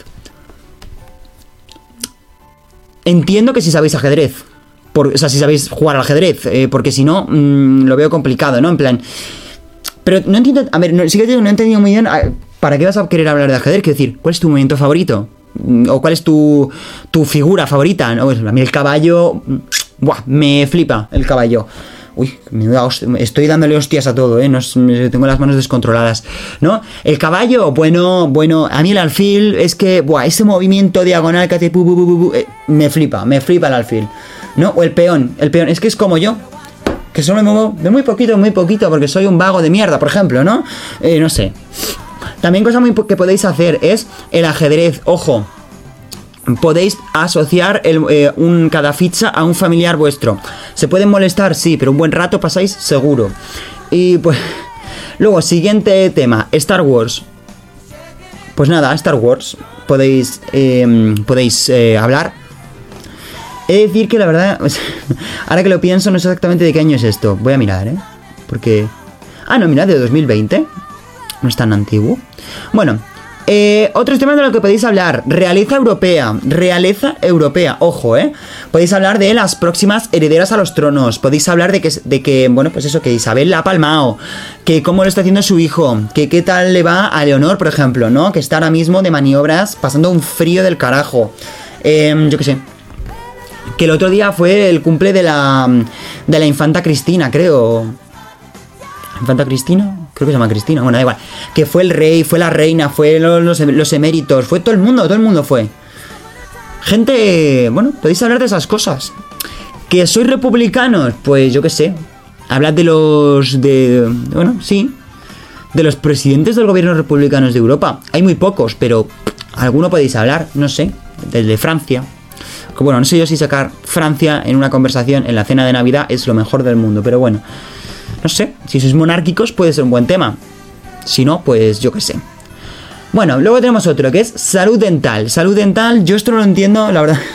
Entiendo que si sabéis ajedrez. O sea, si sabéis jugar al ajedrez, porque si no, lo veo complicado, ¿no? En plan... Pero no entiendo... A ver, sí que no he entendido muy bien para qué vas a querer hablar de ajedrez. Quiero decir, ¿cuál es tu movimiento favorito? ¿O cuál es tu figura favorita? ¿No? Pues a mí el caballo... ¡Buah! Me flipa el caballo. Uy, estoy dándole hostias a todo, no, tengo las manos descontroladas, ¿no? El caballo, bueno, a mí el alfil es que, buah, ese movimiento diagonal que hace me flipa el alfil, ¿no? O el peón, es que es como yo, que solo me muevo de muy poquito, porque soy un vago de mierda, por ejemplo, ¿no? No sé. También cosa que podéis hacer es el ajedrez, ojo. Podéis asociar cada ficha a un familiar vuestro. ¿Se pueden molestar? Sí, pero un buen rato pasáis seguro. Y pues... Luego, siguiente tema. Star Wars. Pues nada, Star Wars. Podéis hablar. He de decir que la verdad... Ahora que lo pienso, no sé exactamente de qué año es esto. Voy a mirar, porque... Ah, no, mirad, de 2020. No es tan antiguo. Bueno... otros temas de los que podéis hablar. Realeza europea, ojo, podéis hablar de las próximas herederas a los tronos. Podéis hablar de que bueno, pues eso, que Isabel la ha palmao, que cómo lo está haciendo su hijo, que qué tal le va a Leonor, por ejemplo, ¿no? Que está ahora mismo de maniobras, pasando un frío del carajo. Yo qué sé. Que el otro día fue el cumple de la infanta Cristina, creo. ¿Infanta Cristina? Creo que se llama Cristina, bueno, da igual. Que fue el rey, fue la reina, fue los eméritos, fue todo el mundo fue. Gente, bueno, podéis hablar de esas cosas. ¿Que sois republicanos? Pues yo qué sé. Hablad de los presidentes del gobierno republicanos de Europa. Hay muy pocos, pero alguno podéis hablar, no sé, desde Francia. Que bueno, no sé yo si sacar Francia en una conversación en la cena de Navidad es lo mejor del mundo, pero bueno. No sé, si sois monárquicos puede ser un buen tema. Si no, pues yo qué sé. Bueno, luego tenemos otro que es salud dental. Salud dental, yo esto no lo entiendo, la verdad.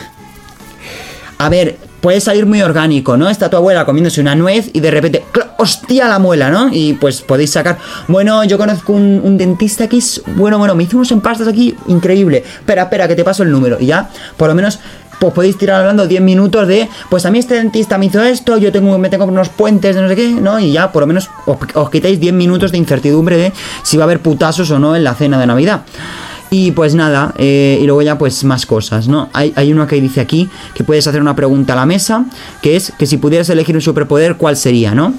A ver, puede salir muy orgánico, ¿no? Está tu abuela comiéndose una nuez y de repente, ¡hostia la muela!, ¿no? Y pues podéis sacar... Bueno, yo conozco un dentista que es... Bueno, me hizo unos empastes aquí, increíble. Espera, que te paso el número. Y ya, por lo menos... Pues podéis tirar hablando 10 minutos de, pues a mí este dentista me hizo esto, me tengo unos puentes de no sé qué, ¿no? Y ya por lo menos os quitáis 10 minutos de incertidumbre de si va a haber putazos o no en la cena de Navidad. Y pues nada, y luego ya pues más cosas, ¿no? Hay uno que dice aquí que puedes hacer una pregunta a la mesa, que es que si pudieras elegir un superpoder, ¿cuál sería, no?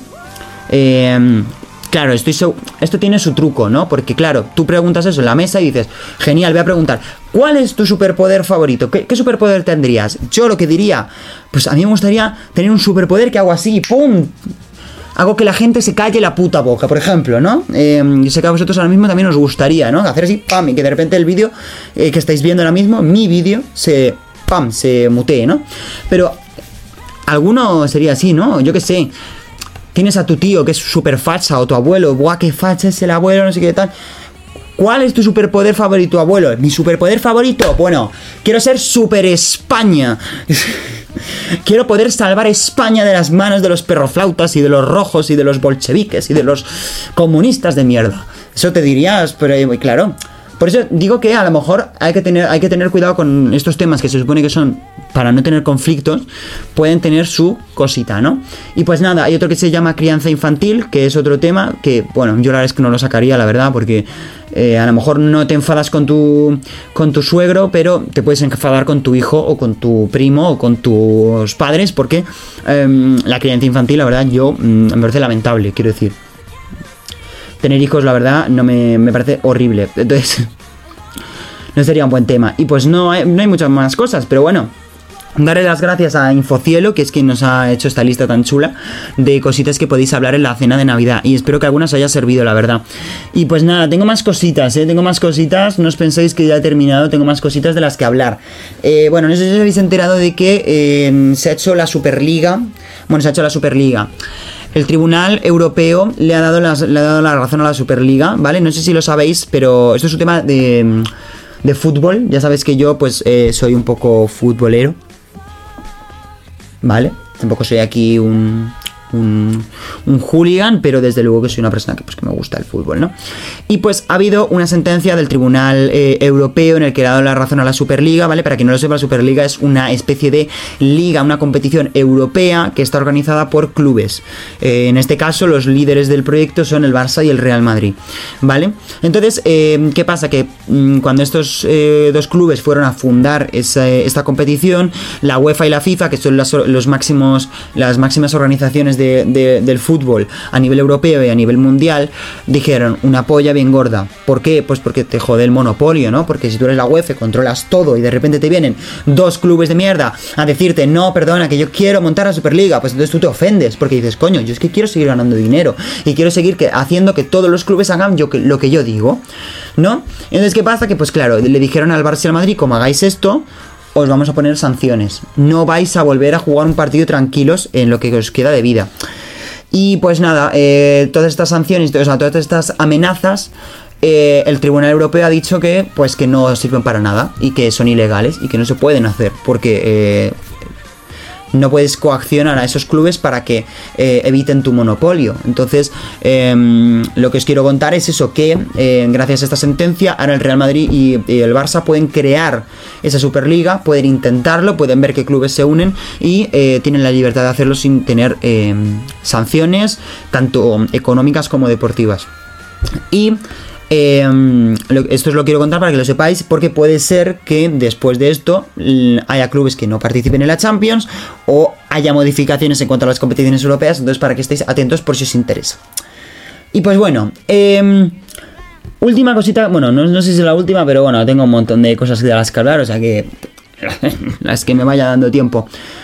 Claro, esto tiene su truco, ¿no? Porque claro, tú preguntas eso en la mesa y dices, genial, voy a preguntar, ¿cuál es tu superpoder favorito? ¿Qué superpoder tendrías? Yo lo que diría, pues a mí me gustaría tener un superpoder que hago así, ¡pum! Hago que la gente se calle la puta boca, por ejemplo, ¿no? Yo sé que a vosotros ahora mismo también os gustaría, ¿no? Hacer así, ¡pam! Y que de repente el vídeo que estáis viendo ahora mismo, mi vídeo, se mutee, ¿no? Pero alguno sería así, ¿no? Yo qué sé. Tienes a tu tío que es súper facha, o tu abuelo, ¡buah, qué facha es el abuelo! No sé qué tal. ¿Cuál es tu superpoder favorito, abuelo? Mi superpoder favorito, bueno, quiero ser Super España. Quiero poder salvar España de las manos de los perroflautas y de los rojos y de los bolcheviques y de los comunistas de mierda. Eso te dirías, pero claro. Por eso digo que a lo mejor hay que tener cuidado con estos temas que se supone que son para no tener conflictos, pueden tener su cosita, ¿no? Y pues nada, hay otro que se llama crianza infantil, que es otro tema que, bueno, yo la verdad es que no lo sacaría, la verdad, porque a lo mejor no te enfadas con tu suegro, pero te puedes enfadar con tu hijo o con tu primo o con tus padres, porque la crianza infantil, la verdad, me parece lamentable, quiero decir. Tener hijos, la verdad, no me parece horrible. Entonces, no sería un buen tema. Y pues no hay muchas más cosas, pero bueno. Daré las gracias a Infocielo, que es quien nos ha hecho esta lista tan chula de cositas que podéis hablar en la cena de Navidad. Y espero que algunas haya servido, la verdad. Y pues nada, tengo más cositas, tengo más cositas. No os penséis que ya he terminado, tengo más cositas de las que hablar. Bueno, no sé si os habéis enterado de que se ha hecho la Superliga. Bueno, se ha hecho la Superliga. El Tribunal Europeo le ha dado la razón a la Superliga, ¿vale? No sé si lo sabéis, pero esto es un tema de fútbol. Ya sabéis que yo, pues, soy un poco futbolero, ¿vale? Tampoco soy aquí un hooligan, pero desde luego que soy una persona que me gusta el fútbol, ¿no? Y pues ha habido una sentencia del Tribunal Europeo en el que le ha dado la razón a la Superliga, ¿vale? Para quien no lo sepa, la Superliga es una especie de liga, una competición europea que está organizada por clubes. En este caso, los líderes del proyecto son el Barça y el Real Madrid, ¿vale? Entonces, ¿qué pasa? Que cuando estos dos clubes fueron a fundar esta competición, la UEFA y la FIFA, que son las máximas organizaciones del fútbol a nivel europeo y a nivel mundial, dijeron una polla bien gorda. ¿Por qué? Pues porque te jode el monopolio, ¿no? Porque si tú eres la UEFA, controlas todo y de repente te vienen dos clubes de mierda a decirte, no, perdona, que yo quiero montar la Superliga, pues entonces tú te ofendes porque dices, coño, yo es que quiero seguir ganando dinero y quiero seguir haciendo que todos los clubes hagan lo que yo digo, ¿no? Entonces, ¿qué pasa? Que pues claro, le dijeron al Barça y al Madrid, como hagáis esto, os vamos a poner sanciones. No vais a volver a jugar un partido tranquilos en lo que os queda de vida. Y pues nada, todas estas sanciones, o sea, todas estas amenazas, el Tribunal Europeo ha dicho que no sirven para nada y que son ilegales y que no se pueden hacer porque no puedes coaccionar a esos clubes para que eviten tu monopolio. Entonces, lo que os quiero contar es eso, que gracias a esta sentencia, ahora el Real Madrid y el Barça pueden crear esa Superliga, pueden intentarlo, pueden ver qué clubes se unen y tienen la libertad de hacerlo sin tener sanciones, tanto económicas como deportivas. Y esto os lo quiero contar para que lo sepáis, porque puede ser que después de esto haya clubes que no participen en la Champions o haya modificaciones en cuanto a las competiciones europeas. Entonces, para que estéis atentos por si os interesa. Y pues bueno, última cosita, bueno, no sé si es la última, pero bueno, tengo un montón de cosas de las que hablar, o sea que las que me vaya dando tiempo.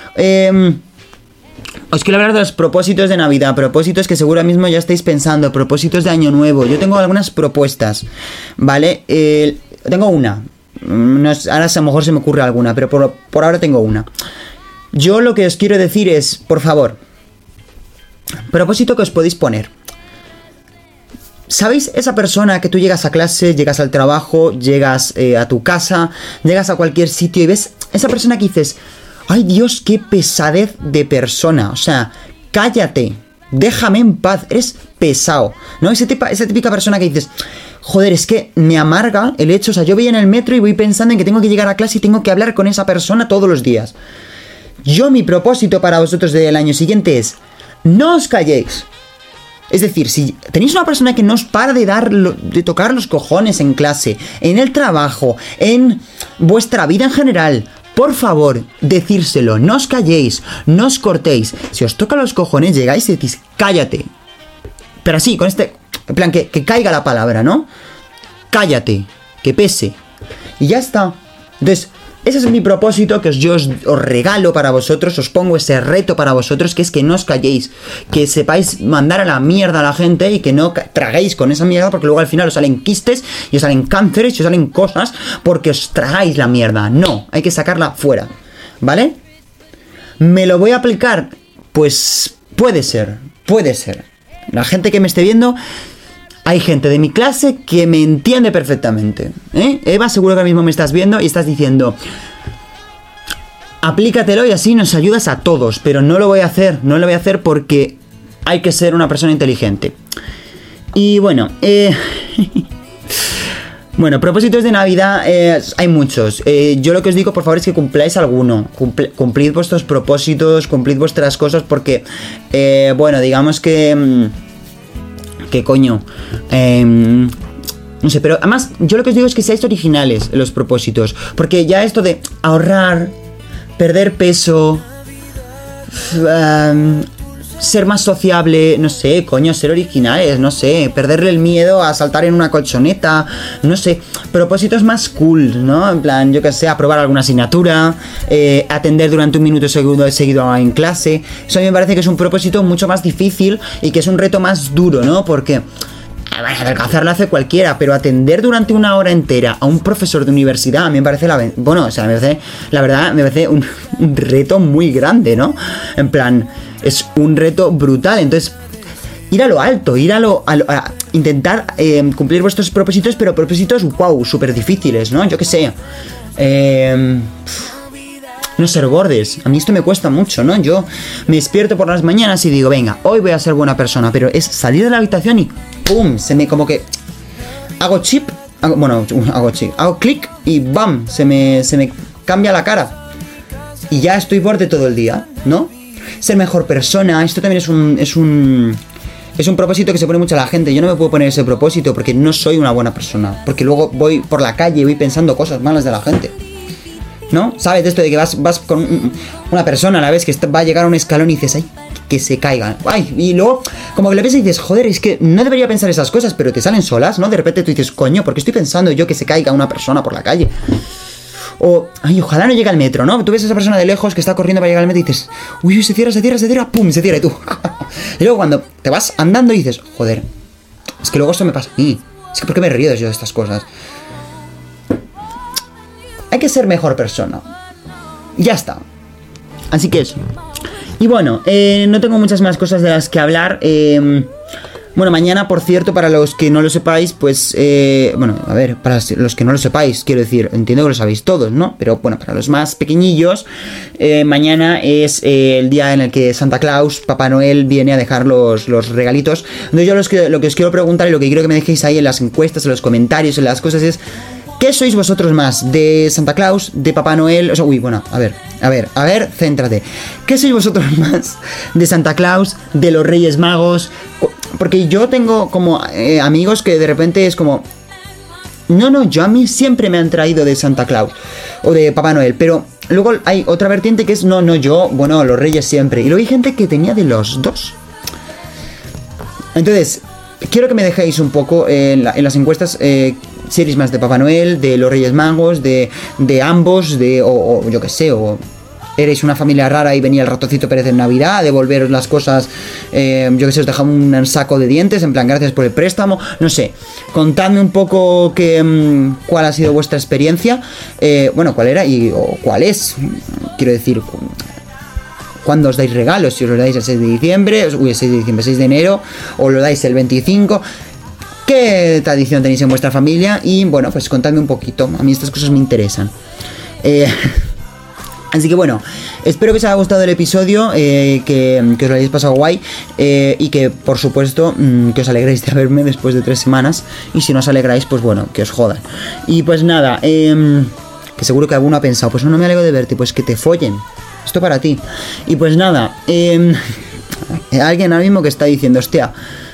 Os quiero hablar de los propósitos de Navidad, propósitos que seguro mismo ya estáis pensando, propósitos de Año Nuevo. Yo tengo algunas propuestas, ¿vale? Tengo una. Ahora a lo mejor se me ocurre alguna, pero por ahora tengo una. Yo lo que os quiero decir es, por favor, propósito que os podéis poner. ¿sabéis? Esa persona que tú llegas a clase, llegas al trabajo, llegas a tu casa, llegas a cualquier sitio y ves esa persona que dices, ¡ay Dios, qué pesadez de persona! O sea, cállate, déjame en paz, eres pesado, ¿no? Esa típica persona que dices, joder, es que me amarga el hecho, o sea, yo voy en el metro y voy pensando en que tengo que llegar a clase y tengo que hablar con esa persona todos los días. Mi propósito para vosotros del año siguiente es, no os calléis. Es decir, si tenéis una persona que no os para de tocar los cojones en clase, en el trabajo, en vuestra vida en general, por favor, decírselo, no os calléis, no os cortéis. Si os toca los cojones, llegáis y decís, cállate. Pero así, con en plan, que caiga la palabra, ¿no? Cállate, que pese. Y ya está. Entonces, ese es mi propósito que yo os regalo para vosotros, os pongo ese reto para vosotros, que es que no os calléis, que sepáis mandar a la mierda a la gente y que no traguéis con esa mierda, porque luego al final os salen quistes y os salen cánceres y os salen cosas porque os tragáis la mierda. No, hay que sacarla fuera, ¿vale? ¿Me lo voy a aplicar? Pues puede ser. La gente que me esté viendo... Hay gente de mi clase que me entiende perfectamente, ¿eh? Eva, seguro que ahora mismo me estás viendo y estás diciendo, aplícatelo y así nos ayudas a todos, pero no lo voy a hacer porque hay que ser una persona inteligente. Y bueno, bueno, propósitos de Navidad, hay muchos. Yo lo que os digo, por favor, es que cumpláis alguno. Cumplid vuestros propósitos, cumplid vuestras cosas, porque, bueno, digamos que... ¿Qué coño? No sé, pero además yo lo que os digo es que seáis originales en los propósitos. Porque ya esto de ahorrar, perder peso, ser más sociable, no sé, coño, ser originales, no sé, perderle el miedo a saltar en una colchoneta, no sé, propósitos más cool, ¿no? En plan, yo que sé, aprobar alguna asignatura, atender durante un minuto seguido en clase. Eso a mí me parece que es un propósito mucho más difícil y que es un reto más duro, ¿no? Porque... bueno, adelgazar lo hace cualquiera, pero atender durante una hora entera a un profesor de universidad a mí me parece la verdad me parece un reto muy grande, ¿no? En plan, es un reto brutal. Entonces, ir a lo alto, a intentar cumplir vuestros propósitos, pero propósitos, wow, súper difíciles, ¿no? Yo qué sé. No ser gordes. A mí esto me cuesta mucho, ¿no? Yo me despierto por las mañanas y digo, venga, hoy voy a ser buena persona, pero es salir de la habitación y ¡pum! Se me como que... hago clic y ¡bam! Se me cambia la cara. Y ya estoy borde todo el día, ¿no? Ser mejor persona, esto también es un propósito que se pone mucho a la gente. Yo no me puedo poner ese propósito porque no soy una buena persona. Porque luego voy por la calle y voy pensando cosas malas de la gente, ¿no? ¿Sabes? De esto de que vas con una persona a la vez que va a llegar a un escalón y dices, ¡ay! Que se caigan. ¡Ay! Y luego, como que le ves y dices, joder, es que no debería pensar esas cosas, pero te salen solas, ¿no? De repente tú dices, coño, ¿por qué estoy pensando yo que se caiga una persona por la calle? O, ay, ojalá no llegue al metro, ¿no? Tú ves a esa persona de lejos que está corriendo para llegar al metro y dices, uy, se cierra, ¡pum! Se cierra y tú. Y luego cuando te vas andando y dices, joder, es que luego esto me pasa a mí. Es que ¿por qué me río yo de estas cosas? Hay que ser mejor persona. Ya está. Así que eso. Y bueno, no tengo muchas más cosas de las que hablar. Bueno, mañana, por cierto, para los que no lo sepáis, pues... bueno, a ver, para los que no lo sepáis, quiero decir, entiendo que lo sabéis todos, ¿no? Pero bueno, para los más pequeñillos, mañana es el día en el que Santa Claus, Papá Noel, viene a dejar los regalitos. Entonces yo lo que os quiero preguntar y lo que quiero que me dejéis ahí en las encuestas, en los comentarios, en las cosas es... ¿qué sois vosotros más? ¿De Santa Claus? ¿De Papá Noel? O sea, uy, bueno, a ver, céntrate. ¿Qué sois vosotros más? ¿De Santa Claus? ¿De los Reyes Magos? Porque yo tengo como amigos que de repente es como... No, yo a mí siempre me han traído de Santa Claus o de Papá Noel, pero luego hay otra vertiente que es yo, bueno, los Reyes siempre. Y luego hay gente que tenía de los dos. Entonces... quiero que me dejéis un poco en las encuestas si eres más de Papá Noel, de los Reyes Magos, de ambos, o yo qué sé, o eres una familia rara y venía el ratoncito Pérez en Navidad, devolveros las cosas, yo qué sé, os dejaba un saco de dientes, en plan, gracias por el préstamo, no sé, contadme un poco cuál ha sido vuestra experiencia, bueno, cuál era o cuál es, quiero decir... ¿cuándo os dais regalos? Si os lo dais el 6 de diciembre, 6 de enero, o lo dais el 25. qué tradición tenéis en vuestra familia y bueno, pues contadme un poquito, a mí estas cosas me interesan. Así que bueno, espero que os haya gustado el episodio, que os lo hayáis pasado guay y que por supuesto que os alegréis de verme después de 3 semanas y si no os alegráis pues bueno, que os jodan. Y pues nada, que seguro que alguno ha pensado, pues no me alegro de verte, pues que te follen, esto para ti. Y pues nada, alguien ahora mismo que está diciendo, hostia,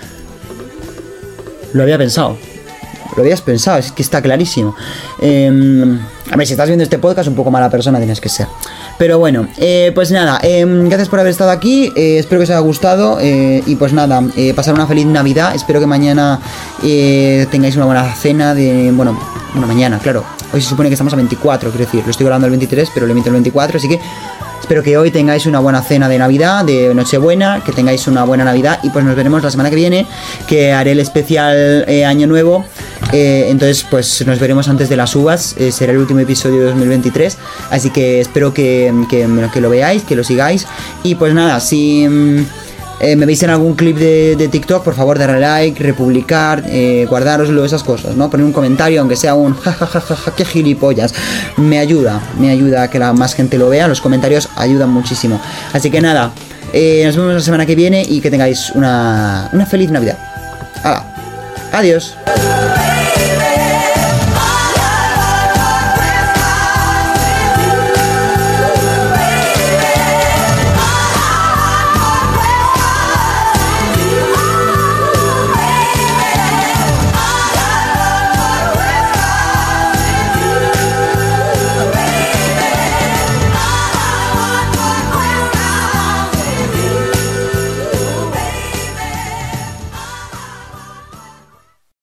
lo había pensado. Lo habías pensado, es que está clarísimo. A ver, si estás viendo este podcast, un poco mala persona tienes que ser. Pero bueno, pues nada, gracias por haber estado aquí, espero que os haya gustado y pues nada, pasar una feliz Navidad, espero que mañana tengáis una buena cena de, bueno, mañana, claro, hoy se supone que estamos a 24, quiero decir, lo estoy grabando el 23, pero lo emito el 24, así que espero que hoy tengáis una buena cena de Navidad, de Nochebuena, que tengáis una buena Navidad y pues nos veremos la semana que viene, que haré el especial Año Nuevo. Entonces pues nos veremos antes de las uvas, será el último episodio de 2023, así que espero que lo veáis, que lo sigáis y pues nada, si me veis en algún clip de TikTok, por favor darle like, republicar, guardároslo, esas cosas, ¿no? Poner un comentario, aunque sea un jajajaja, qué gilipollas, me ayuda a que la más gente lo vea, los comentarios ayudan muchísimo, así que nada, nos vemos la semana que viene y que tengáis una feliz Navidad. ¡Hala! Adiós.